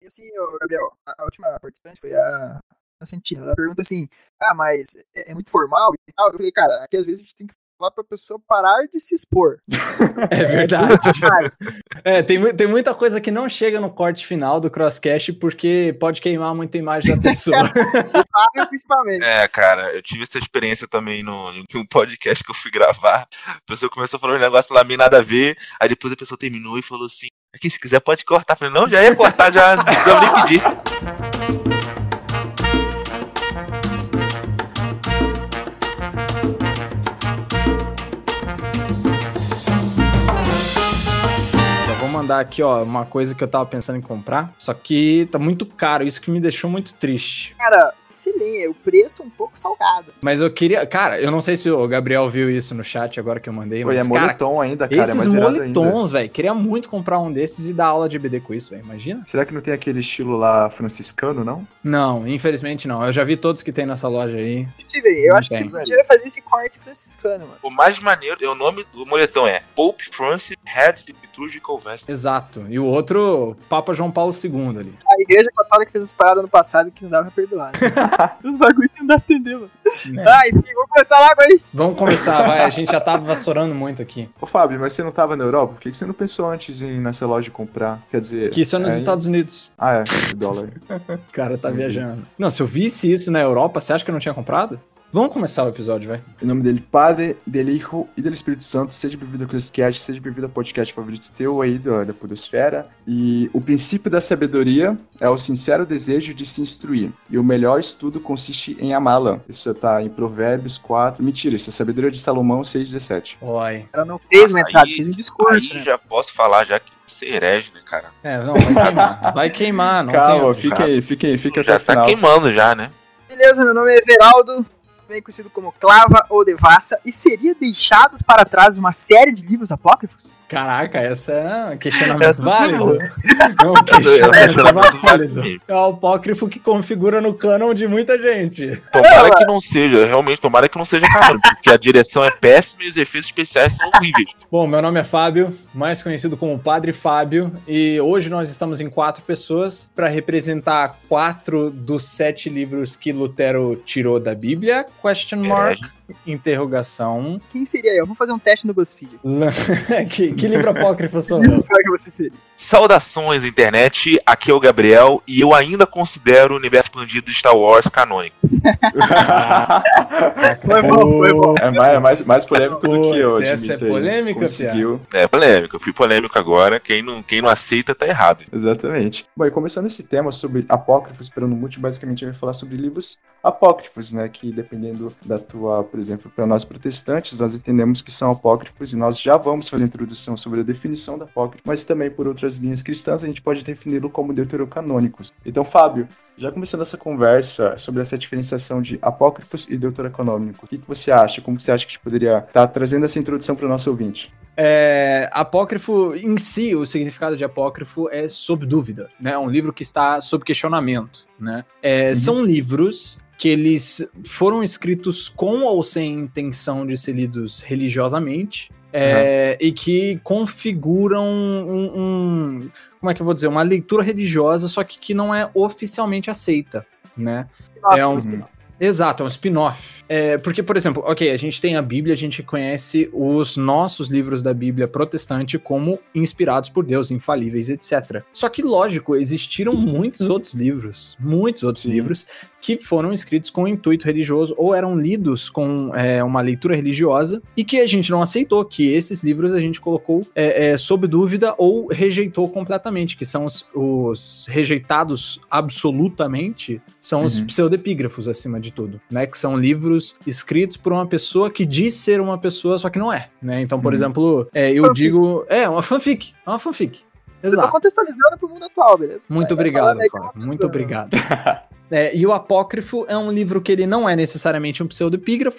assim, ô, Gabriel, a última participante foi a Santina. Ela pergunta assim, mas é muito formal e tal? Eu falei, cara, aqui às vezes a gente tem que falar pra pessoa parar de se expor. É verdade. Tem muita coisa que não chega no corte final do Crosscast porque pode queimar muito a imagem da pessoa. Principalmente. Cara, eu tive essa experiência também em um podcast que eu fui gravar. A pessoa começou a falar um negócio lá meio nada a ver, aí depois a pessoa terminou e falou assim, aqui, se quiser pode cortar. Eu falei, não, já ia cortar, já nem pedir. Mandar aqui, ó, uma coisa que eu tava pensando em comprar, só que tá muito caro, isso que me deixou muito triste. Cara, excelente, o preço um pouco salgado. Mas eu queria, cara, eu não sei se o Gabriel viu isso no chat agora que eu mandei, mas, é moletom cara, ainda, cara, esses moletons, velho, queria muito comprar um desses e dar aula de EBD com isso, velho, imagina? Será que não tem aquele estilo lá franciscano, não? Não, infelizmente não, eu já vi todos que tem nessa loja aí. Eu acho que você podia fazer esse corte franciscano, mano. O mais maneiro, o nome do moletom é Pope Francis Head Liturgical Vest. Exato, e o outro, Papa João Paulo II ali. A igreja católica fez umas paradas no passado que não dava pra perdoar. Né? Os bagulho que não dá pra entender, mano. Enfim, vamos começar lá com isso. Vamos começar, vai, a gente já tava vassourando muito aqui. Ô Fábio, mas você não tava na Europa? Por que você não pensou antes em ir nessa loja comprar? Quer dizer... Que isso é nos Estados Unidos. $, O cara tá viajando. Não, se eu visse isso na Europa, você acha que eu não tinha comprado? Vamos começar o episódio, vai. Em nome dele, Padre, dele Hijo e do Espírito Santo, seja bem-vindo ao Crosscast, seja bem-vindo ao podcast favorito teu aí da Podosfera. E o princípio da sabedoria é o sincero desejo de se instruir. E o melhor estudo consiste em amá-la. Isso tá em Provérbios 4. Mentira, isso é sabedoria de Salomão 6,17. Oi. Ela não fez uma entrada, fez um discurso. Aí já posso falar, já que você é herege, né, cara? Não, vai queimar. Vai queimar, não. Calma, fica até já o final. Tá queimando já, né? Beleza, meu nome é Everaldo, bem conhecido como Clava ou Devassa, e seria deixados para trás uma série de livros apócrifos? Caraca, essa é um questionamento válido. É um questionamento válido. É o apócrifo que configura no cânon de muita gente. Tomara que não seja, realmente, tomara que não seja canônico, porque a direção é péssima e os efeitos especiais são horríveis. Bom, meu nome é Fábio, mais conhecido como Padre Fábio, e hoje nós estamos em 4 pessoas para representar 4 dos 7 livros que Lutero tirou da Bíblia, question mark, interrogação. Quem seria eu? Vamos fazer um teste no BuzzFeed. Que livro apócrifo sou eu? Qual que você seria? Saudações, internet, aqui é o Gabriel, e eu ainda considero o universo expandido de Star Wars canônico. Foi bom. É mais polêmico do que eu, essa é polêmica, conseguiu. É polêmico, eu fui polêmico agora, quem não aceita tá errado. Exatamente. Bom, e começando esse tema sobre apócrifos, Peronomútil, basicamente a gente vai falar sobre livros apócrifos, né, que dependendo da tua, por exemplo, para nós protestantes, nós entendemos que são apócrifos e nós já vamos fazer a introdução sobre a definição da apócrifo, mas também por outras linhas cristãs a gente pode defini-lo como deuterocanônicos. Então, Fábio, já começando essa conversa sobre essa diferenciação de apócrifos e deuterocanônicos, o que você acha? Como você acha que a gente poderia estar trazendo essa introdução para o nosso ouvinte? Apócrifo em si, o significado de apócrifo é sob dúvida, né? É um livro que está sob questionamento, né? São livros que eles foram escritos com ou sem intenção de ser lidos religiosamente, e que configuram como é que eu vou dizer, uma leitura religiosa, só que não é oficialmente aceita, né? Exato, é um spin-off. Porque, por exemplo, a gente tem a Bíblia, a gente conhece os nossos livros da Bíblia protestante como inspirados por Deus, infalíveis, etc. Só que, lógico, existiram muitos outros livros que foram escritos com intuito religioso ou eram lidos com uma leitura religiosa e que a gente não aceitou, que esses livros a gente colocou sob dúvida ou rejeitou completamente, que são os rejeitados absolutamente, são os pseudepígrafos acima de tudo, né, que são livros escritos por uma pessoa que diz ser uma pessoa, só que não é, né, então, por exemplo, eu digo, uma fanfic, Exato. Eu tô contextualizando pro mundo atual, beleza? Muito obrigado, Flávio, muito obrigado. E o apócrifo é um livro que ele não é necessariamente um pseudepígrafo,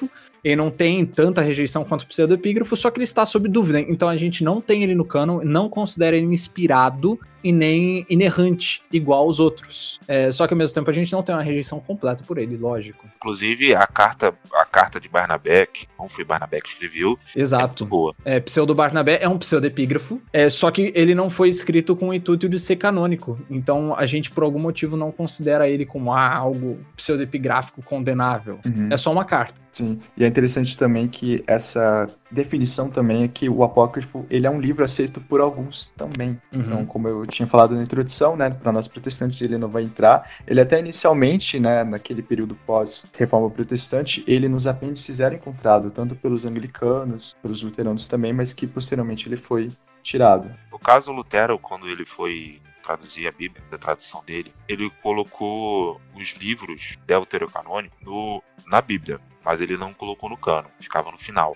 ele não tem tanta rejeição quanto o pseudoepígrafo, só que ele está sob dúvida. Então a gente não tem ele no cânon, não considera ele inspirado e nem inerrante, igual os outros. Só que ao mesmo tempo a gente não tem uma rejeição completa por ele, lógico. Inclusive, a carta de Barnabé, que não foi Barnabé que escreveu, Exato. é muito boa. Pseudo-Barnabé é um pseudoepígrafo, só que ele não foi escrito com o intuito de ser canônico. Então a gente, por algum motivo, não considera ele como algo pseudoepigráfico condenável. É só uma carta. Sim, e é interessante também que essa definição também é que o apócrifo, ele é um livro aceito por alguns também. Então, como eu tinha falado na introdução, né, para nós protestantes ele não vai entrar. Ele até inicialmente, né, naquele período pós-reforma protestante, ele nos apêndices era encontrado, tanto pelos anglicanos, pelos luteranos também, mas que posteriormente ele foi tirado. No caso Lutero, quando ele foi traduzir a Bíblia, da tradução dele, ele colocou os livros deuterocanônicos na Bíblia, mas ele não colocou no cânon, ficava no final.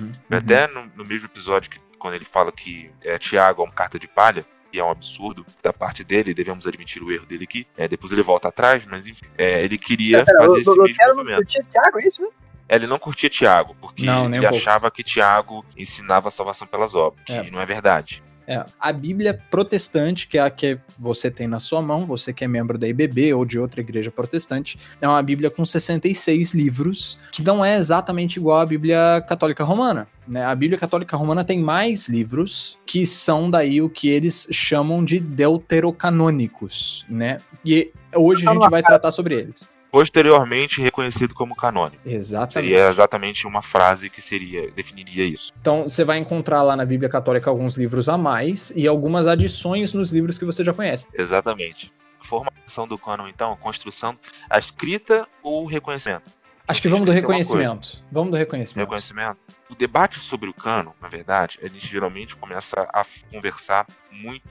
Até no mesmo episódio, quando ele fala que Tiago é uma carta de palha, e é um absurdo da parte dele, devemos admitir o erro dele aqui, depois ele volta atrás, mas enfim, ele queria fazer esse mesmo movimento. Não curtia Tiago, é isso mesmo? Ele não curtia Tiago, porque ele achava que Tiago ensinava a salvação pelas obras, que não é verdade. A Bíblia protestante, que é a que você tem na sua mão, você que é membro da IBB ou de outra igreja protestante, é uma Bíblia com 66 livros, que não é exatamente igual à Bíblia Católica Romana, né? A Bíblia Católica Romana tem mais livros, que são daí o que eles chamam de deuterocanônicos, né? E hoje a gente vai tratar sobre eles. Posteriormente reconhecido como canônico. Exatamente. Seria exatamente uma frase que definiria isso. Então, você vai encontrar lá na Bíblia Católica alguns livros a mais e algumas adições nos livros que você já conhece. Exatamente. A formação do cânon, então, a construção, a escrita ou o reconhecimento? Acho que vamos do reconhecimento. Vamos do reconhecimento. O debate sobre o cânon, na verdade, a gente geralmente começa a conversar muito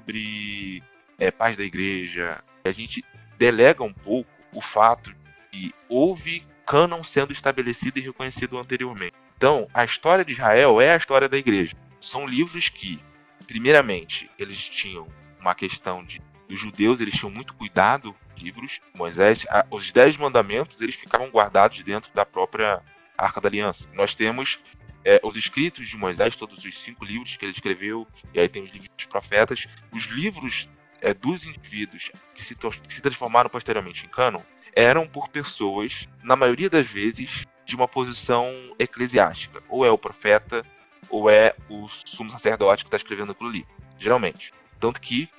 sobre paz da igreja. A gente delega um pouco o fato de houve cânon sendo estabelecido e reconhecido anteriormente. Então, a história de Israel é a história da igreja. São livros que, primeiramente, eles tinham uma questão de... Os judeus, eles tinham muito cuidado com livros. Moisés, os 10 mandamentos, eles ficavam guardados dentro da própria Arca da Aliança. Nós temos os escritos de Moisés, todos os 5 livros que ele escreveu, e aí tem os livros dos profetas. Os livros dos indivíduos que se transformaram posteriormente em cânon eram por pessoas, na maioria das vezes, de uma posição eclesiástica. Ou é o profeta, ou é o sumo sacerdote que está escrevendo aquilo ali, geralmente. Tanto que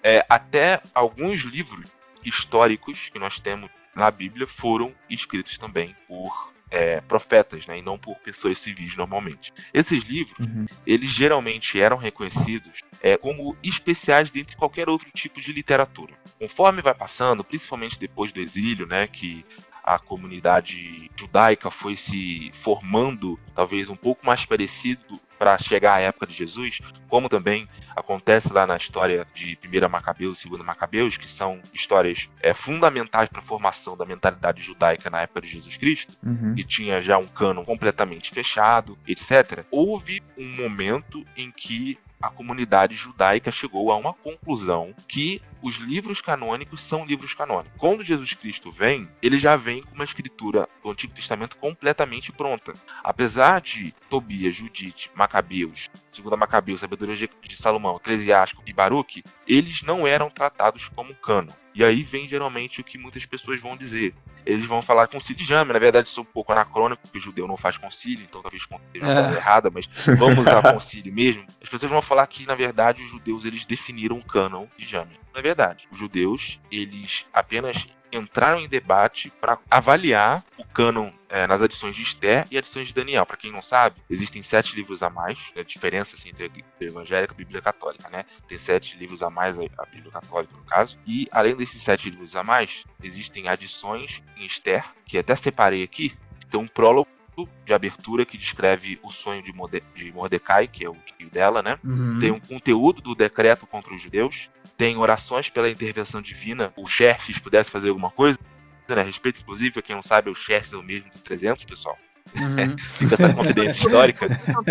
até alguns livros históricos que nós temos na Bíblia foram escritos também por profetas, né, e não por pessoas civis normalmente. Esses livros, eles geralmente eram reconhecidos como especiais dentre qualquer outro tipo de literatura. Conforme vai passando, principalmente depois do exílio, né, que a comunidade judaica foi se formando, talvez um pouco mais parecido para chegar à época de Jesus, como também acontece lá na história de 1 Macabeus e 2 Macabeus, que são histórias fundamentais para a formação da mentalidade judaica na época de Jesus Cristo, e tinha já um cânon completamente fechado, etc. Houve um momento em que a comunidade judaica chegou a uma conclusão que os livros canônicos são livros canônicos. Quando Jesus Cristo vem, ele já vem com uma escritura do Antigo Testamento completamente pronta. Apesar de Tobias, Judite, Macabeus, 2 Macabeus, Sabedoria de Salomão, Eclesiástico e Baruque, eles não eram tratados como cânon. E aí vem geralmente o que muitas pessoas vão dizer. Eles vão falar concílio de Jame, na verdade isso é um pouco anacrônico, porque o judeu não faz concílio, então talvez seja uma coisa errada, mas vamos usar concílio mesmo. As pessoas vão falar que, na verdade, os judeus eles definiram o cânon de Jame. Não é verdade. Os judeus, eles apenas entraram em debate para avaliar o cânon nas edições de Esther e edições de Daniel. Para quem não sabe, existem 7 livros a mais, a diferença assim, entre a evangélica e a Bíblia Católica, né? Tem 7 livros a mais a Bíblia Católica, no caso. E, além desses 7 livros a mais, existem adições em Esther, que até separei aqui. Tem um prólogo de abertura que descreve o sonho de Mordecai, que é o tio dela, né? Tem um conteúdo do decreto contra os judeus. Tem orações pela intervenção divina. O Xerxes pudesse fazer alguma coisa, né? Respeito, inclusive, pra quem não sabe, o Xerxes é o mesmo do 300, pessoal. Fica essa coincidência histórica.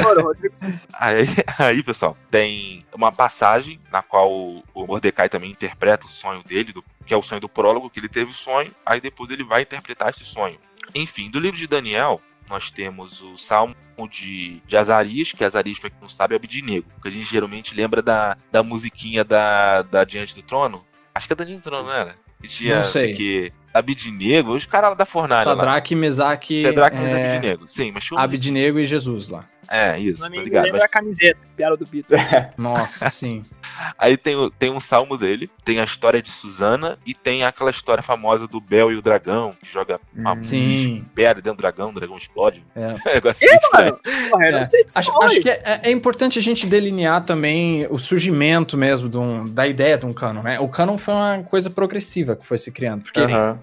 Aí, pessoal, tem uma passagem na qual o Mordecai também interpreta o sonho dele, que é o sonho do prólogo, que ele teve o sonho, aí depois ele vai interpretar esse sonho. Enfim, do livro de Daniel, nós temos o Salmo de Azarias, que Azarias, para quem não sabe, é Abednego, que a gente geralmente lembra da musiquinha da Diante do Trono. Acho que é da Diante do Trono, não era? Não sei. Que Abednego, os caras lá da fornalha Sadraque, Mesaque... Sadraque, Mesaque e Abednego. Sim, mas tinha Abednego e Jesus lá. Isso, Não tá me ligado? lembra a camiseta, piada do Bito. Nossa, sim. Aí tem um salmo dele, tem a história de Susana e tem aquela história famosa do Bel e o dragão, que joga uma pedra dentro do dragão explode. Negócio estranho. Porra, eu não sei disso. Acho que é importante a gente delinear também o surgimento mesmo da ideia de um cânon, né? O cânon foi uma coisa progressiva que foi se criando, porque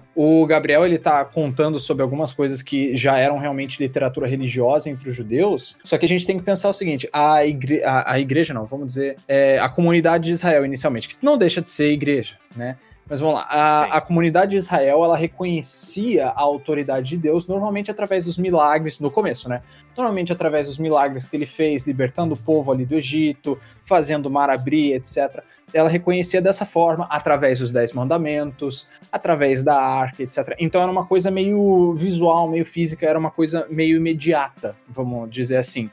o Gabriel, ele tá contando sobre algumas coisas que já eram realmente literatura religiosa entre os judeus, só que a gente tem que pensar o seguinte, a igreja não, vamos dizer, a comunidade de Israel inicialmente, que não deixa de ser igreja, né? Mas vamos lá, a comunidade de Israel, ela reconhecia a autoridade de Deus normalmente através dos milagres, no começo, né? Normalmente através dos milagres que ele fez, libertando o povo ali do Egito, fazendo mar abrir, etc. Ela reconhecia dessa forma, através dos 10 mandamentos, através da arca, etc. Então era uma coisa meio visual, meio física, era uma coisa meio imediata, vamos dizer assim.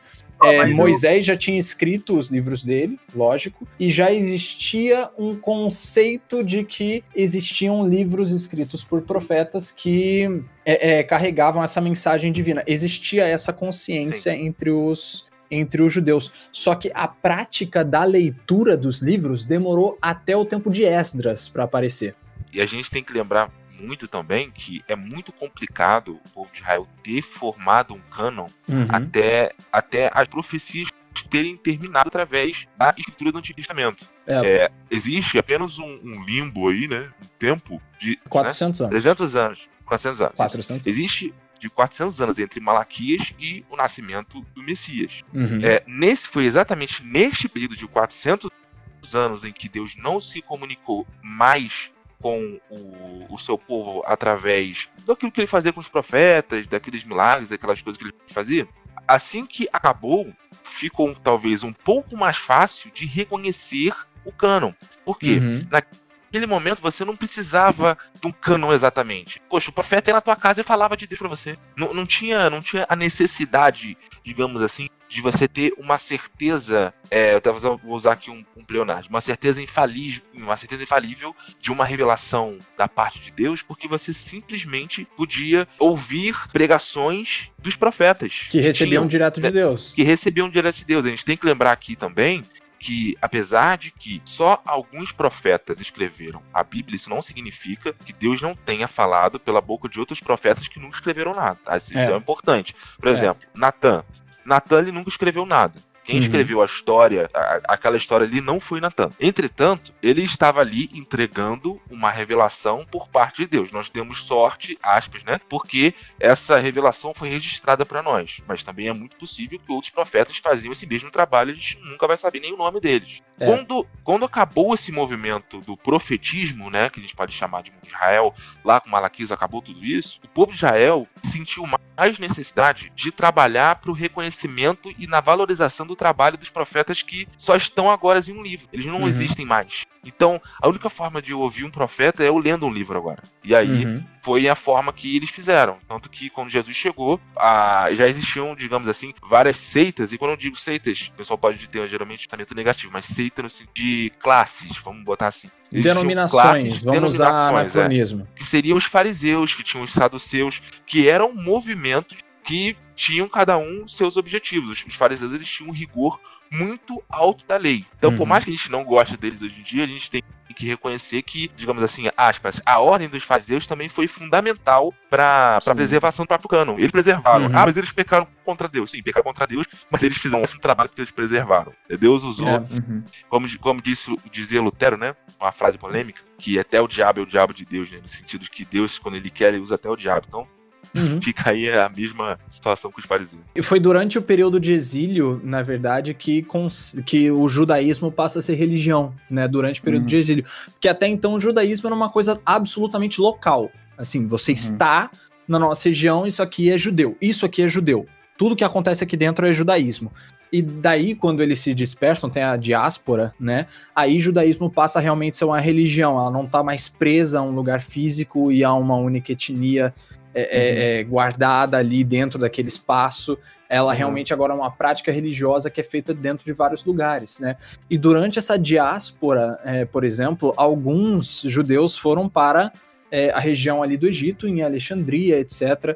Moisés já tinha escrito os livros dele, lógico, e já existia um conceito de que existiam livros escritos por profetas que carregavam essa mensagem divina. Existia essa consciência entre os judeus. Só que a prática da leitura dos livros demorou até o tempo de Esdras para aparecer. E a gente tem que lembrar muito também que é muito complicado o povo de Israel ter formado um cânon até as profecias terem terminado através da escritura do Antigo Testamento. Existe apenas um limbo aí, né? Um tempo de 400 anos. 300 anos. 400 anos. 400. Existe de 400 anos entre Malaquias e o nascimento do Messias. Foi exatamente neste período de 400 anos em que Deus não se comunicou mais com o seu povo através daquilo que ele fazia com os profetas, daqueles milagres, daquelas coisas que ele fazia. Assim que acabou, ficou talvez um pouco mais fácil de reconhecer o cânon. Por quê? Naquele momento você não precisava de um cânon exatamente. Poxa, o profeta ia na tua casa e falava de Deus pra você. Não tinha a necessidade, digamos assim, de você ter uma certeza, vou usar aqui um pleonasmo, uma certeza infalível de uma revelação da parte de Deus, porque você simplesmente podia ouvir pregações dos profetas. Que recebiam direto de Deus. Que recebiam direto de Deus. A gente tem que lembrar aqui também que, apesar de que só alguns profetas escreveram a Bíblia, isso não significa que Deus não tenha falado pela boca de outros profetas que nunca escreveram nada. Tá? Isso é importante. Por exemplo, Natan, ele nunca escreveu nada. Quem escreveu a história, aquela história ali, não foi Natan. Entretanto, ele estava ali entregando uma revelação por parte de Deus. Nós temos sorte, aspas, né? Porque essa revelação foi registrada para nós. Mas também é muito possível que outros profetas faziam esse mesmo trabalho e a gente nunca vai saber nem o nome deles. Quando acabou esse movimento do profetismo, né? Que a gente pode chamar de Israel, lá com Malaquias acabou tudo isso, o povo de Israel sentiu mais necessidade de trabalhar para o reconhecimento e na valorização do trabalho dos profetas que só estão agora em um livro. Eles não existem mais. Então, a única forma de eu ouvir um profeta é eu lendo um livro agora. E aí, foi a forma que eles fizeram. Tanto que, quando Jesus chegou, já existiam, digamos assim, várias seitas. E quando eu digo seitas, o pessoal pode ter geralmente pensamento negativo, mas seita no sentido de classes, vamos botar assim. Denominações, vamos usar anacronismo. Que seriam os fariseus, que tinham os saduceus, que eram movimentos que tinham cada um seus objetivos. Os fariseus, eles tinham um rigor muito alto da lei. Então, por mais que a gente não goste deles hoje em dia, a gente tem que reconhecer que, digamos assim, aspas, a ordem dos fariseus também foi fundamental para a preservação do próprio cânon. Eles preservaram. Mas eles pecaram contra Deus. Sim, pecaram contra Deus, mas eles fizeram um trabalho que eles preservaram. Deus usou, como dizia Lutero, né? Uma frase polêmica, que até o diabo é o diabo de Deus, né? No sentido de que Deus, quando ele quer, ele usa até o diabo. Então, fica aí a mesma situação com os fariseus. E foi durante o período de exílio, na verdade, que o judaísmo passa a ser religião, né? Durante o período de exílio. Porque até então o judaísmo era uma coisa absolutamente local. Assim, você está na nossa região, isso aqui é judeu. Isso aqui é judeu. Tudo que acontece aqui dentro é judaísmo. E daí, quando eles se dispersam, tem a diáspora, né? Aí o judaísmo passa a realmente ser uma religião. Ela não está mais presa a um lugar físico e a uma única etnia guardada ali dentro daquele espaço. Ela realmente agora é uma prática religiosa que é feita dentro de vários lugares, né? E durante essa diáspora, por exemplo, alguns judeus foram para a região ali do Egito, em Alexandria, etc.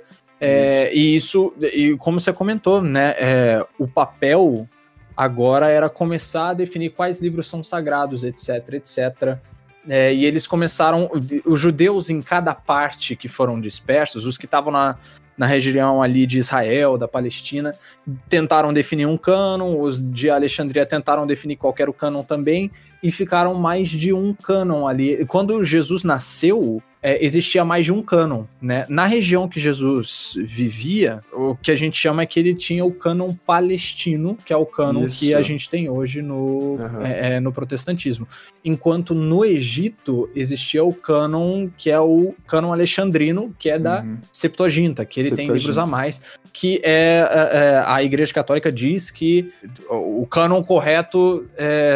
E como você comentou, né? O papel agora era começar a definir quais livros são sagrados, etc, etc. E eles começaram, os judeus em cada parte que foram dispersos, os que estavam na região ali de Israel, da Palestina, tentaram definir um cânon, os de Alexandria tentaram definir qual era o cânon também, e ficaram mais de um cânon ali. Quando Jesus nasceu, existia mais de um cânon, né? Na região que Jesus vivia, o que a gente chama é que ele tinha o cânon palestino, que é o cânon que a gente tem hoje no protestantismo. Enquanto no Egito existia o cânon, que é o cânon alexandrino, que é da Septuaginta, que ele tem livros a mais, que a Igreja Católica diz que o cânon correto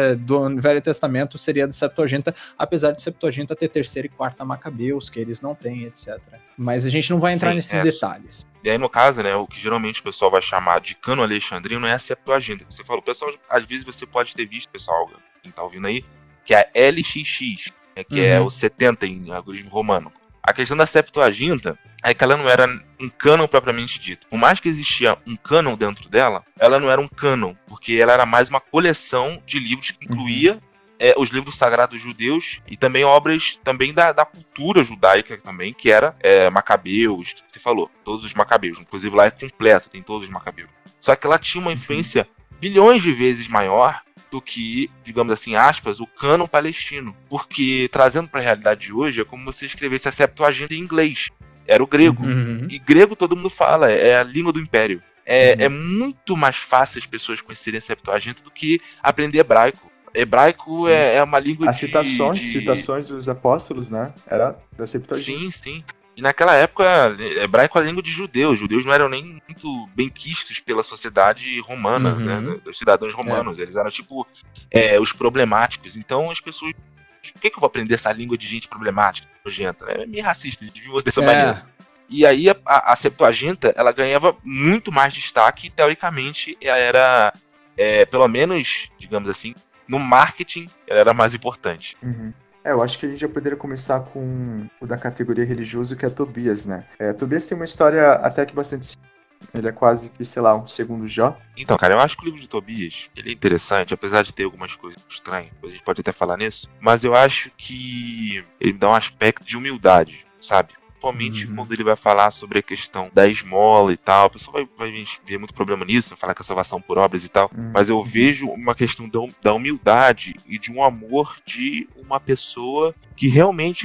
do Velho Testamento seria da Septuaginta, apesar de Septuaginta ter terceira e quarta Macabeus, que eles não têm, etc. Mas a gente não vai entrar nesses detalhes. E aí, no caso, né, o que geralmente o pessoal vai chamar de cânon alexandrino é a Septuaginta. Você falou, pessoal, às vezes você pode ter visto, pessoal, quem tá ouvindo aí, que é a LXX, que é o 70 em algoritmo romano. A questão da Septuaginta é que ela não era um cânon propriamente dito. Por mais que existia um cânon dentro dela, ela não era um cânon, porque ela era mais uma coleção de livros que incluía os livros sagrados judeus e também obras também da cultura judaica também, que era Macabeus, você falou, todos os Macabeus. Inclusive lá é completo, tem todos os Macabeus. Só que ela tinha uma influência bilhões de vezes maior do que, digamos assim, aspas, o cânon palestino. Porque, trazendo para a realidade de hoje, é como você escrevesse a Septuaginta em inglês. Era o grego. E grego todo mundo fala, é a língua do império. É muito mais fácil as pessoas conhecerem a Septuaginta do que aprender hebraico. Hebraico é uma língua As citações dos apóstolos, né? Era da Septuaginta. Sim. E naquela época, hebraico é a língua de judeus. Os judeus não eram nem muito benquistos pela sociedade romana, né? Dos cidadãos romanos. Eles eram, tipo, os problemáticos. Então, as pessoas... Por que eu vou aprender essa língua de gente problemática, nojenta? É meio racista, eles deviam dessa maneira. E aí, a Septuaginta, ela ganhava muito mais destaque e, teoricamente, ela era, pelo menos, digamos assim, no marketing, ela era mais importante. Eu acho que a gente já poderia começar com o da categoria religiosa, que é Tobias, né? Tobias tem uma história até que bastante... Ele é quase que, sei lá, um segundo Jó. Então, cara, eu acho que o livro de Tobias, ele é interessante, apesar de ter algumas coisas estranhas, a gente pode até falar nisso, mas eu acho que ele dá um aspecto de humildade, sabe? Principalmente quando ele vai falar sobre a questão da esmola e tal. O pessoal vai ver muito problema nisso, vai falar que é salvação por obras e tal. Mas eu vejo uma questão da humildade e de um amor de uma pessoa que realmente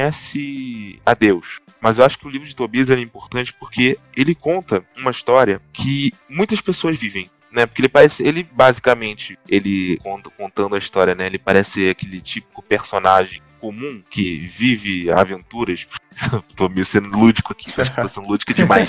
conhece a Deus. Mas eu acho que o livro de Tobias é importante porque ele conta uma história que muitas pessoas vivem. Né, porque ele basicamente, contando a história, né, ele parece ser aquele típico personagem comum que vive aventuras. Tô me sendo lúdico aqui, acho que tô sendo lúdico demais.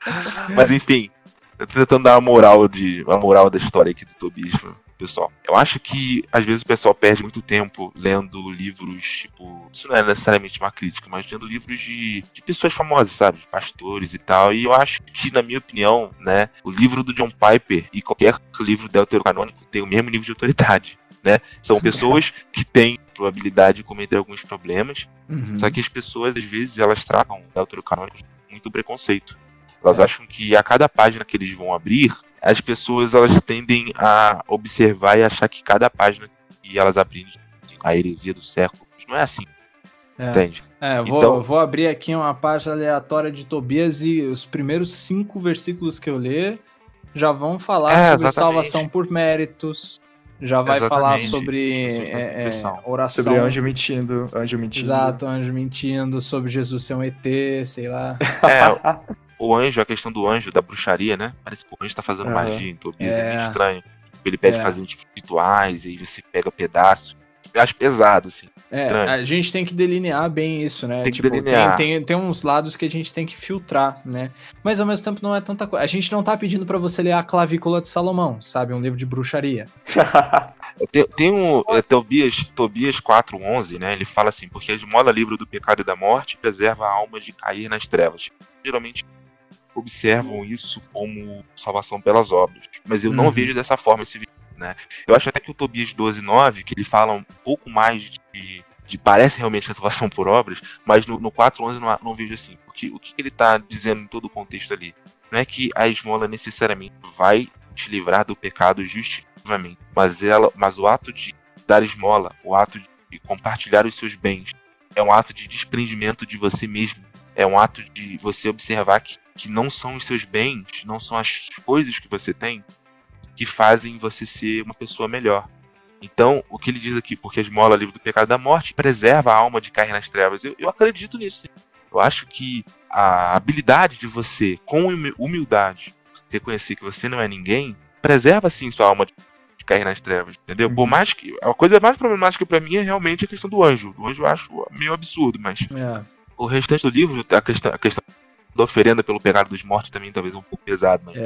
Mas enfim, eu tô tentando dar a moral da história aqui do Tobias, pessoal. Eu acho que às vezes o pessoal perde muito tempo lendo livros, tipo, isso não é necessariamente uma crítica, mas lendo livros de pessoas famosas, sabe? Pastores e tal. E eu acho que, na minha opinião, né, o livro do John Piper e qualquer livro deuterocanônico tem o mesmo nível de autoridade. Né? São pessoas que têm probabilidade de cometer alguns problemas, só que as pessoas, às vezes, elas tratam o deuterocanônico com muito preconceito. Elas acham que a cada página que eles vão abrir, as pessoas elas tendem a observar e achar que cada página que elas aprendem a heresia do século. Não é assim, entende? Vou abrir aqui uma página aleatória de Tobias e os primeiros 5 versículos que eu ler já vão falar sobre salvação por méritos. Já vai falar sobre oração. Sobre anjo mentindo. Exato, anjo mentindo, sobre Jesus ser um ET, sei lá. O anjo, a questão do anjo, da bruxaria, né? Parece que o anjo tá fazendo magia em Tobias, é meio estranho. Ele pede fazer tipo, rituais, e aí você pega pedaços acho pesado, assim. Estranho. A gente tem que delinear bem isso, né? Tem que delinear. Tem uns lados que a gente tem que filtrar, né? Mas ao mesmo tempo não é tanta coisa. A gente não tá pedindo pra você ler a Clavícula de Salomão, sabe? Um livro de bruxaria. Tem um Tobias 4:11, né? Ele fala assim: porque a esmola livra do pecado e da morte preserva a alma de cair nas trevas. Geralmente observam isso como salvação pelas obras, mas eu não vejo dessa forma esse vídeo, né? Eu acho até que o Tobias 12:9, que ele fala um pouco mais de parece realmente a salvação por obras, mas no 4:11 não vejo assim. Porque o que ele está dizendo em todo o contexto ali? Não é que a esmola necessariamente vai te livrar do pecado justificativamente, mas o ato de dar esmola, o ato de compartilhar os seus bens, é um ato de desprendimento de você mesmo. É um ato de você observar que não são os seus bens, não são as coisas que você tem que fazem você ser uma pessoa melhor. Então, o que ele diz aqui, porque a esmola livra do pecado e da morte, preserva a alma de cair nas trevas. Eu acredito nisso, sim. Eu acho que a habilidade de você, com humildade, reconhecer que você não é ninguém, preserva, sim, sua alma de cair nas trevas, entendeu? Por mais que... A coisa mais problemática pra mim é realmente a questão do anjo. O anjo eu acho meio absurdo, mas... O restante do livro, a questão da oferenda pelo pecado dos mortos também talvez um pouco pesado, mas...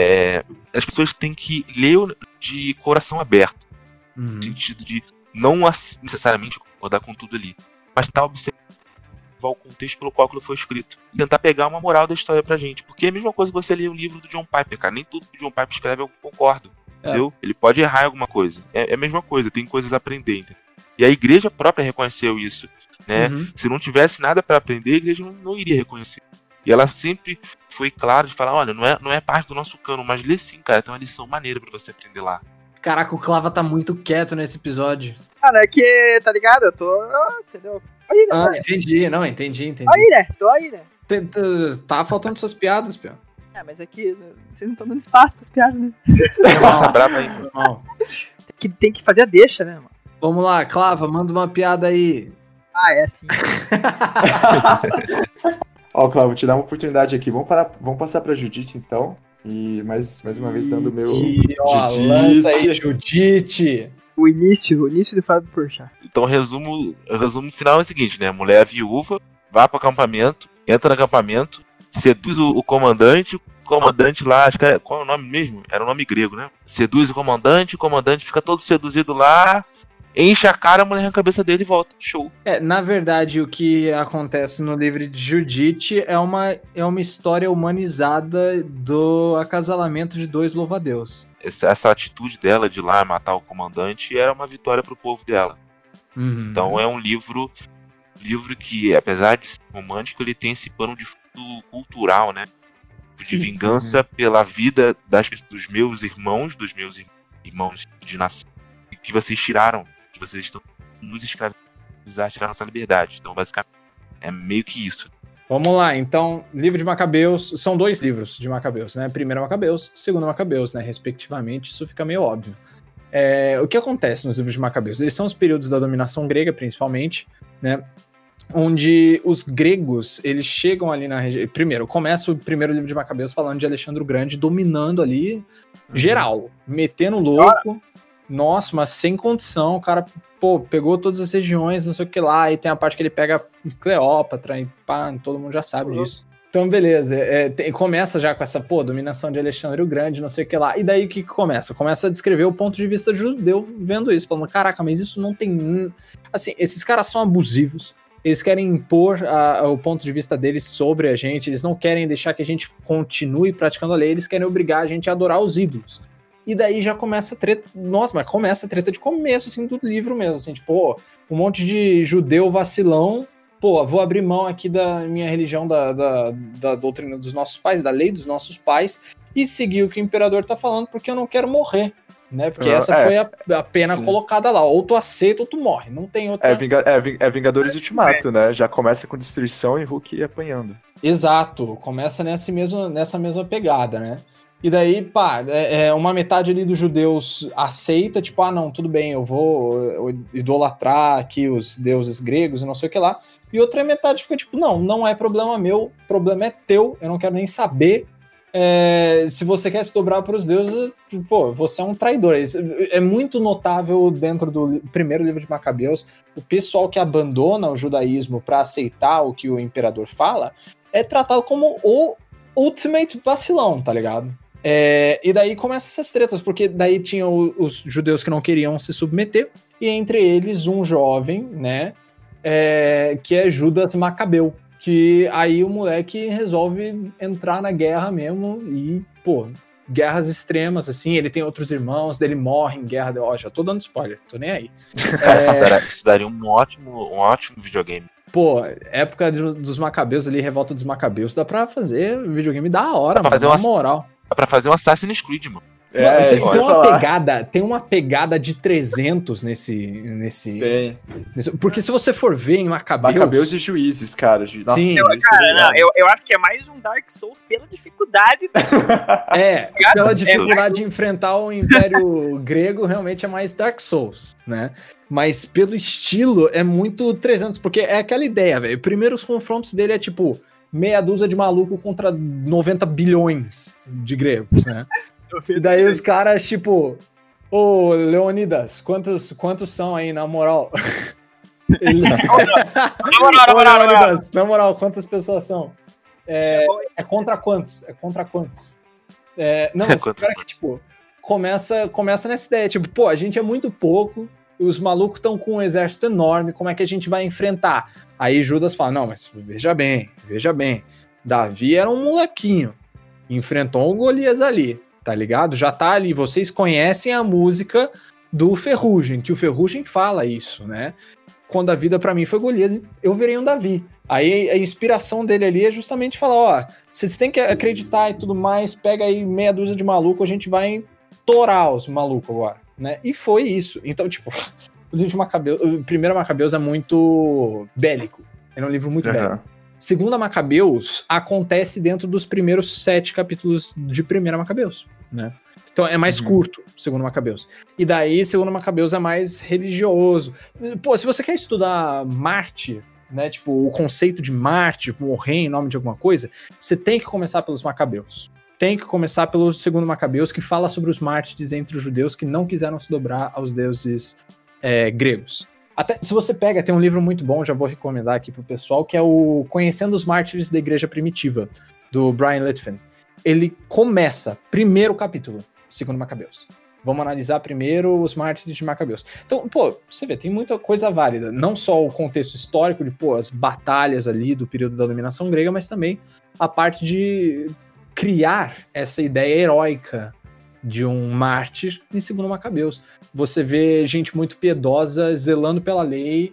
as pessoas têm que ler de coração aberto. No sentido de não necessariamente concordar com tudo ali, mas tá observando o contexto pelo qual aquilo foi escrito e tentar pegar uma moral da história pra gente, porque é a mesma coisa que você ler um livro do John Piper, cara. Nem tudo que o John Piper escreve eu concordo, entendeu? Ele pode errar em alguma coisa, é a mesma coisa, tem coisas a aprender, entendeu? E a igreja própria reconheceu isso, né? Se não tivesse nada pra aprender, a igreja não iria reconhecer. E ela sempre foi clara de falar, olha, não é parte do nosso cano, mas lê sim, cara, tem uma lição maneira pra você aprender lá. Caraca, o Clava tá muito quieto nesse episódio. Cara, é que, tá ligado? Eu tô, entendeu? Aí, né? Entendi. Aí, né? Tô aí, né? Tá faltando suas piadas, Pio. Mas é que vocês não estão dando espaço pras piadas, né? Nossa, brava aí. Tem que fazer a deixa, né, mano? Vamos lá, Clava, manda uma piada aí. É assim. Ó, Clava, vou te dar uma oportunidade aqui. Vamos passar pra Judite, então. E mais uma vez dando o meu... Lança aí, Judite! O início do Fábio Porchat. Então o resumo final é o seguinte, né? A mulher viúva vai pro acampamento, entra no acampamento, seduz o comandante lá, acho que qual é o nome mesmo? Era um nome grego, né? Seduz o comandante fica todo seduzido lá, enche a cara, a mulher arranca a cabeça dele e volta. Show. Na verdade, o que acontece no livro de Judite é uma história humanizada do acasalamento de dois louva-a-Deus. Essa atitude dela de ir lá matar o comandante era uma vitória pro povo dela. Então é um livro que, apesar de ser romântico, ele tem esse pano de fundo cultural, né? De vingança pela vida dos meus irmãos de nação, que vocês tiraram, que vocês estão nos escravizados, tiraram nossa liberdade. Então, basicamente, é meio que isso. Vamos lá, então, livro de Macabeus, são 2 livros de Macabeus, né? Primeiro Macabeus, segundo Macabeus, né? Respectivamente, isso fica meio óbvio. O que acontece nos livros de Macabeus? Eles são os períodos da dominação grega, principalmente, né? Onde os gregos, eles chegam ali na região... Primeiro, começa o primeiro livro de Macabeus falando de Alexandre o Grande dominando ali geral, metendo louco. Nossa, mas sem condição, o cara, pegou todas as regiões, não sei o que lá, e tem a parte que ele pega Cleópatra, e pá, todo mundo já sabe disso. Então, beleza, começa já com essa, dominação de Alexandre o Grande, não sei o que lá, e daí o que começa? Começa a descrever o ponto de vista judeu vendo isso, falando, caraca, mas isso não tem... Assim, esses caras são abusivos, eles querem impor o ponto de vista deles sobre a gente, eles não querem deixar que a gente continue praticando a lei, eles querem obrigar a gente a adorar os ídolos. E daí já começa a treta, nossa, mas começa a treta de começo, assim, do livro mesmo, assim, tipo, um monte de judeu vacilão, vou abrir mão aqui da minha religião, da doutrina dos nossos pais, da lei dos nossos pais, e seguir o que o imperador tá falando, porque eu não quero morrer, né, porque essa foi a pena colocada lá, ou tu aceita ou tu morre, não tem outra... Vingadores Ultimato, né, já começa com destruição e Hulk apanhando. Exato, começa nessa mesma pegada, né. E daí, uma metade ali dos judeus aceita, tipo, não, tudo bem, eu vou idolatrar aqui os deuses gregos e não sei o que lá. E outra metade fica tipo, não é problema meu, problema é teu, eu não quero nem saber, se você quer se dobrar para os deuses, pô, você é um traidor. É muito notável dentro do primeiro livro de Macabeus, o pessoal que abandona o judaísmo para aceitar o que o imperador fala, é tratado como o ultimate vacilão, tá ligado? E daí começam essas tretas, porque daí tinha os judeus que não queriam se submeter, e entre eles um jovem, né, que é Judas Macabeu, que aí o moleque resolve entrar na guerra mesmo e, pô, guerras extremas, assim, ele tem outros irmãos, dele morre em guerra, já tô dando spoiler, tô nem aí. Isso daria um ótimo videogame. Pô, época dos Macabeus ali, Revolta dos Macabeus, dá pra fazer videogame da hora, mano, na moral. Dá pra fazer um Assassin's Creed, mano. Tem uma pegada de 300 nesse. Porque se você for ver em Macabeus e Juízes, cara. Nossa, sim. Eu acho que é mais um Dark Souls pela dificuldade. Pela dificuldade de enfrentar o Império Grego, realmente é mais Dark Souls, né? Mas pelo estilo é muito 300, porque é aquela ideia, velho. Primeiro os confrontos dele é tipo meia dúzia de maluco contra 90 bilhões de gregos, né? E daí os caras, tipo, ô Leonidas, quantos são aí, na moral? Na moral, quantas pessoas são? É contra quantos? Não, mas o cara que, tipo, começa nessa ideia, tipo, pô, a gente é muito pouco, os malucos estão com um exército enorme, como é que a gente vai enfrentar? Aí Judas fala, não, mas veja bem, Davi era um molequinho, enfrentou um Golias ali, tá ligado? Já tá ali, vocês conhecem a música do Ferrugem, que o Ferrugem fala isso, né? Quando a vida pra mim foi Golias, eu virei um Davi. Aí a inspiração dele ali é justamente falar, ó, vocês têm que acreditar e tudo mais, pega aí meia dúzia de maluco, a gente vai torar os malucos agora, né? E foi isso. Então, tipo, o primeiro Macabeus é muito bélico. É um livro muito bélico. Segunda Macabeus acontece dentro dos primeiros 7 capítulos de Primeira Macabeus, né? Então é mais curto, Segundo Macabeus. E daí, Segundo Macabeus é mais religioso. Pô, se você quer estudar mártir, né? Tipo, o conceito de mártir, morrer em nome de alguma coisa, você tem que começar pelos Macabeus. Tem que começar pelo Segundo Macabeus, que fala sobre os mártires entre os judeus que não quiseram se dobrar aos deuses gregos. Até se você pega, tem um livro muito bom, já vou recomendar aqui pro pessoal, que é o Conhecendo os Mártires da Igreja Primitiva, do Brian Litwin. Ele começa, primeiro capítulo, Segundo Macabeus. Vamos analisar primeiro os mártires de Macabeus. Então, pô, você vê, tem muita coisa válida. Não só o contexto histórico de, pô, as batalhas ali do período da dominação grega, mas também a parte de criar essa ideia heróica de um mártir em Segundo Macabeus. Você vê gente muito piedosa zelando pela lei.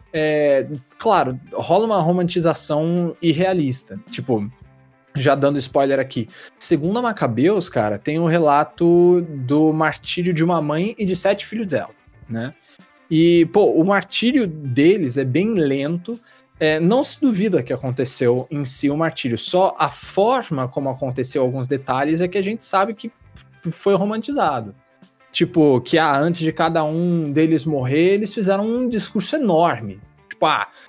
Claro, rola uma romantização irrealista. Tipo, já dando spoiler aqui. Segundo Macabeus, cara, tem um relato do martírio de uma mãe e de 7 filhos dela, né? E, pô, o martírio deles é bem lento. Não se duvida que aconteceu em si o martírio. Só a forma como aconteceu, alguns detalhes, é que a gente sabe que foi romantizado. Tipo, que antes de cada um deles morrer, eles fizeram um discurso enorme. Tipo,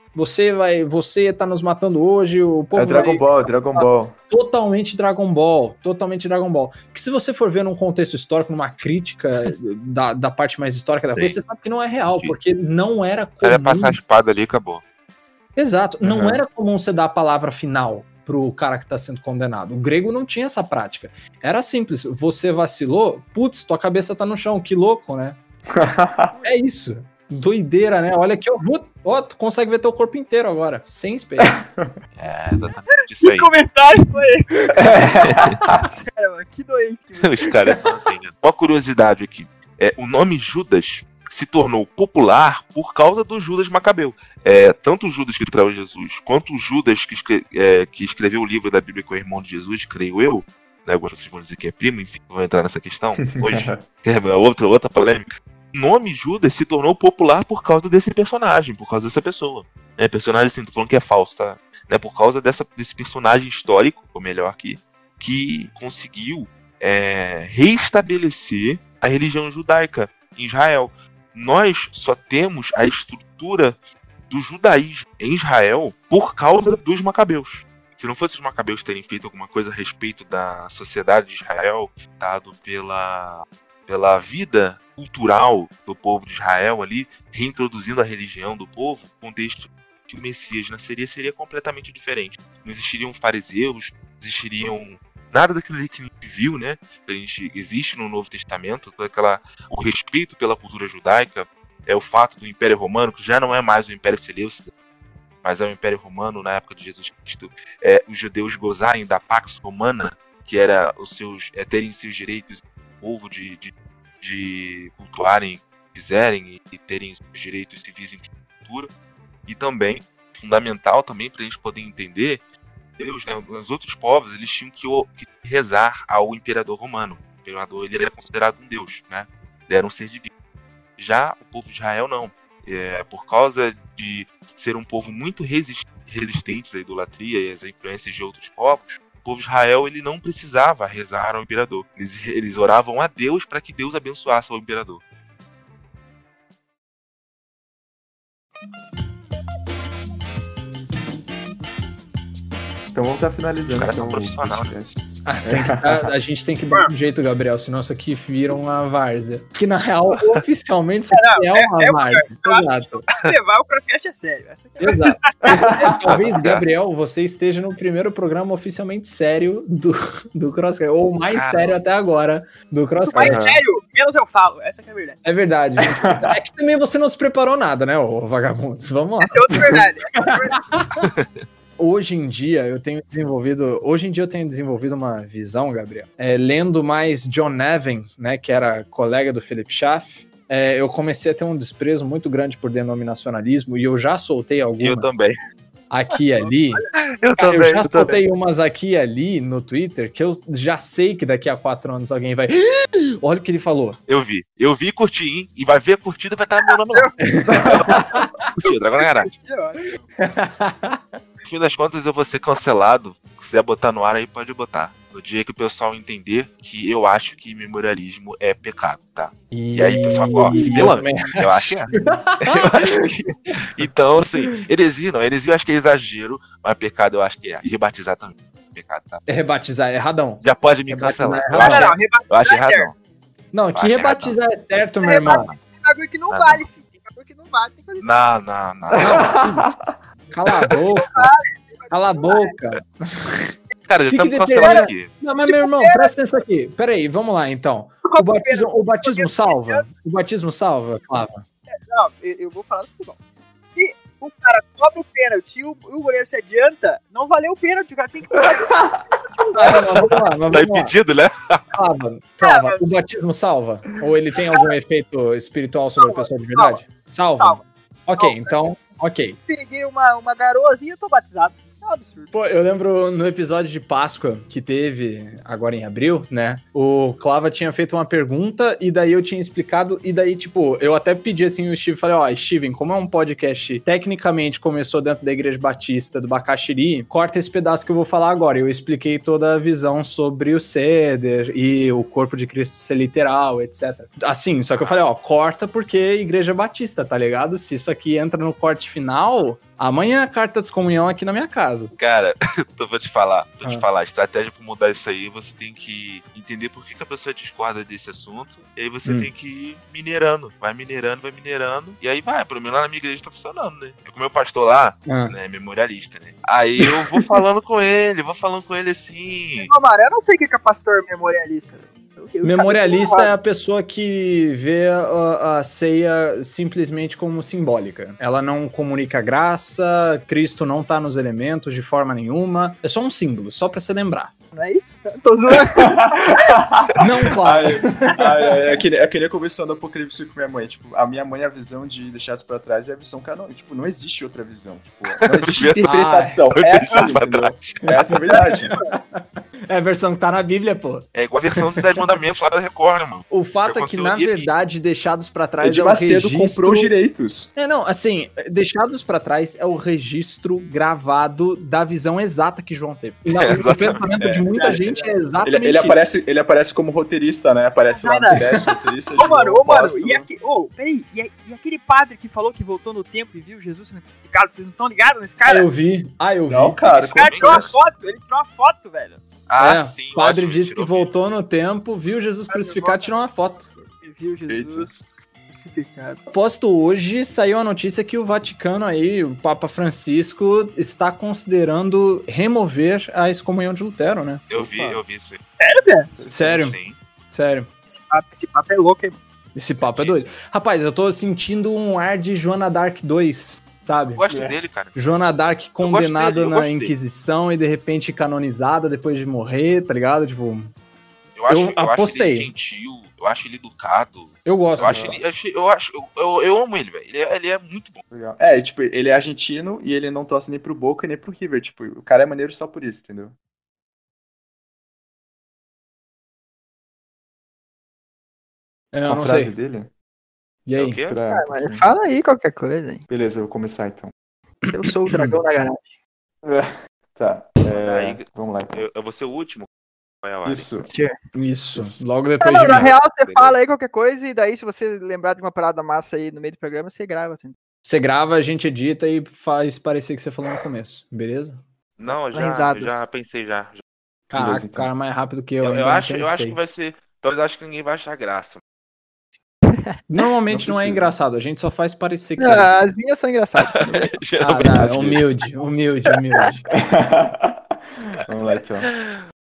você tá nos matando hoje, o povo Dragon Ball. Totalmente Dragon Ball. Que se você for ver num contexto histórico, numa crítica da parte mais histórica da coisa, você sabe que não é real, porque não era comum. Era passar a espada ali e acabou. Exato, não era comum você dar a palavra final pro cara que tá sendo condenado. O grego não tinha essa prática. Era simples, você vacilou, putz, tua cabeça tá no chão, que louco, né? É isso. Doideira, né? Olha aqui, ó, tu consegue ver teu corpo inteiro agora, sem espelho. Exatamente isso aí. Que comentário foi esse? Cara, que doente. Os caras não entendem. Uma curiosidade aqui. O nome Judas se tornou popular por causa do Judas Macabeu. Tanto o Judas que traiu Jesus, quanto o Judas que escreveu o livro da Bíblia com o irmão de Jesus, creio eu, né, vocês vão dizer que é primo, enfim, vou entrar nessa questão hoje, outra polêmica. O nome Judas se tornou popular por causa desse personagem, por causa dessa pessoa. Personagem, assim, tô falando que é falso, tá? Por causa desse personagem histórico, ou melhor aqui, que conseguiu reestabelecer a religião judaica em Israel. Nós só temos a estrutura do judaísmo em Israel por causa dos Macabeus. Se não fosse os macabeus terem feito alguma coisa a respeito da sociedade de Israel, dado pela vida cultural do povo de Israel ali, reintroduzindo a religião do povo, o contexto que o Messias nasceria seria completamente diferente. Não existiriam fariseus, existiriam nada daquilo ali que a gente viu, né? Que a gente existe no Novo Testamento, o respeito pela cultura judaica, o fato do Império Romano, que já não é mais o Império Seleucida, mas é o Império Romano na época de Jesus Cristo, os judeus gozarem da Pax Romana, que era terem seus direitos, o povo de cultuarem, quiserem, e terem seus direitos civis em cultura. E também, fundamental também para a gente poder entender, Deus, né, os outros povos, eles tinham que rezar ao imperador romano. O imperador, ele era considerado um deus, né? Ele era um ser divino. Já o povo de Israel não. Por causa de ser um povo muito resistente à idolatria e às influências de outros povos, o povo de Israel, ele não precisava rezar ao imperador. Eles oravam a Deus para que Deus abençoasse o imperador. Então vamos estar finalizando. Os caras são profissionais, né? A gente tem que dar um jeito, Gabriel, senão isso aqui vira uma várzea. Que na real, oficialmente, isso aqui é uma várzea. Exato. Levar o podcast é sério. Exato. Talvez, Gabriel, você esteja no primeiro programa oficialmente sério do Crosscast, ou o mais sério até agora do Crosscast. Mais sério, menos eu falo. Essa que é a verdade. É verdade, gente. É que também você não se preparou nada, né, ô vagabundo? Vamos lá. Essa é outra verdade. Hoje em dia eu tenho desenvolvido uma visão, Gabriel, lendo mais John Nevin, né, que era colega do Philip Schaff. Eu comecei a ter um desprezo muito grande por denominacionalismo e eu já soltei algumas. Eu também. Aqui e ali. Eu já soltei umas aqui e ali no Twitter que eu já sei que daqui a 4 anos alguém vai. Olha o que ele falou. Eu vi e curti, hein? E vai ver a curtida, vai estar no meu nome lá. Curtiu, Dragão na Garagem. No fim das contas, eu vou ser cancelado. Se quiser botar no ar aí, pode botar. No dia que o pessoal entender que eu acho que memorialismo é pecado, tá? E aí o pessoal fala, eu acho que é. Então, assim, heresia eu acho que é exagero, mas pecado eu acho que é. E rebatizar também é pecado, tá? Rebatizar é erradão. Já pode me cancelar. Eu acho erradão. Não, que rebatizar é certo, meu irmão. Tem bagulho que não vale, filho. Tem bagulho que não vale. Tem coisa que Não. Cala a boca. Cala a boca. Cara, já estamos cancelando aqui. Não, mas meu irmão, presta atenção aqui. Peraí, vamos lá então. O batismo salva? O batismo salva, Clava? Não, eu vou falar do futebol. Se o cara cobra o pênalti e o goleiro se adianta, não valeu o pênalti, o cara tem que pular. Vamos lá. Tá impedido, né? Clava. O batismo salva? Ou ele tem algum efeito espiritual sobre a pessoa de verdade? Salva. Ok, então, ok. Peguei uma garoazinha e tô batizado. É um absurdo. Pô, eu lembro no episódio de Páscoa que teve agora em abril, né? O Clava tinha feito uma pergunta e daí eu tinha explicado e daí, tipo, eu até pedi assim o Steve, falei, Steven, como é um podcast tecnicamente começou dentro da Igreja Batista do Bacaxiri, corta esse pedaço que eu vou falar agora. Eu expliquei toda a visão sobre o Seder e o corpo de Cristo ser literal, etc. Assim, só que eu falei, corta porque Igreja Batista, tá ligado? Se isso aqui entra no corte final, amanhã a carta de excomunhão aqui na minha casa. Cara, vou te falar, estratégia pra mudar isso aí, você tem que entender por que a pessoa discorda desse assunto, e aí você tem que ir minerando, vai minerando, e aí vai, pelo menos lá na minha igreja tá funcionando, né? O meu pastor lá, né, memorialista, né? Aí eu vou falando com ele assim... Eu não sei o que é pastor memorialista, Memorialista é a pessoa que vê a ceia simplesmente como simbólica. Ela não comunica graça, Cristo não tá nos elementos de forma nenhuma. É só um símbolo, só pra se lembrar. Não é isso? Tô zoando. Não, claro. É que nem conversando um pouco com minha mãe. Tipo, a minha mãe, a visão de deixados pra trás é a visão canônica. Tipo, não existe outra visão. Tipo, não existe interpretação. É aquilo, entendeu? Essa é a verdade. É a versão que tá na Bíblia, pô. É igual a versão dos 10 mandamentos lá da Record, né, mano? O fato é que, na verdade, Deixados pra Trás Edir é o Macedo registro... comprou os direitos. Não, assim, Deixados pra Trás é o registro gravado da visão exata que João teve. O pensamento de muita gente é exatamente Ele aparece como roteirista, né? Aparece lá no teste, roteirista. Ô, mano, peraí, e aquele padre que falou que voltou no tempo e viu Jesus sendo crucificado, vocês não estão ligados nesse cara? Eu vi. Não, cara. O cara tirou uma foto, ele tirou uma foto, velho. Sim. O padre ótimo, disse que tirou voltou no tempo, viu Jesus crucificado e tirou uma foto. Ele viu Jesus crucificado. Posto hoje, saiu a notícia que o Vaticano aí, o Papa Francisco, está considerando remover a excomunhão de Lutero, né? Eu vi isso aí. Sério, velho? Sério, Sim. sério. Esse papo é louco, hein? Esse papo é doido. Rapaz, eu tô sentindo um ar de Joana Dark 2, sabe? Eu gosto dele, cara. Joana Dark condenada eu na gosto dele. Inquisição e de repente canonizada depois de morrer, tá ligado? Tipo, Eu apostei. acho ele gentil, eu acho ele educado. eu gosto. Eu amo ele, velho. Ele é muito bom. Legal. Tipo, ele é argentino e ele não torce nem pro Boca nem pro River. Tipo, o cara é maneiro só por isso, entendeu? Eu A não frase sei. dele? E É aí? o quê? Pra- Mas fala aí qualquer coisa, hein? Beleza, eu vou começar então. Eu sou o dragão da garagem. Tá. Aí, Vamos lá então. eu vou ser o último. Vai lá. Isso. Isso. Logo depois Não, de na mim. real, você Beleza. fala aí qualquer coisa e daí, se você lembrar de uma parada massa aí no meio do programa, você grava. Assim. Você grava, a gente edita e faz parecer que você falou no começo, beleza? Não, eu Risadas. já pensei já. Caraca, Beleza, então. o cara é mais rápido que eu. Eu ainda não acho pensei. que vai ser. Talvez eu acho que ninguém vai achar graça. Normalmente Não não é precisa. engraçado, a gente só faz parecer que é. Ah, as minhas são engraçadas. Geralmente. Não, às vezes. humilde. Vamos lá então.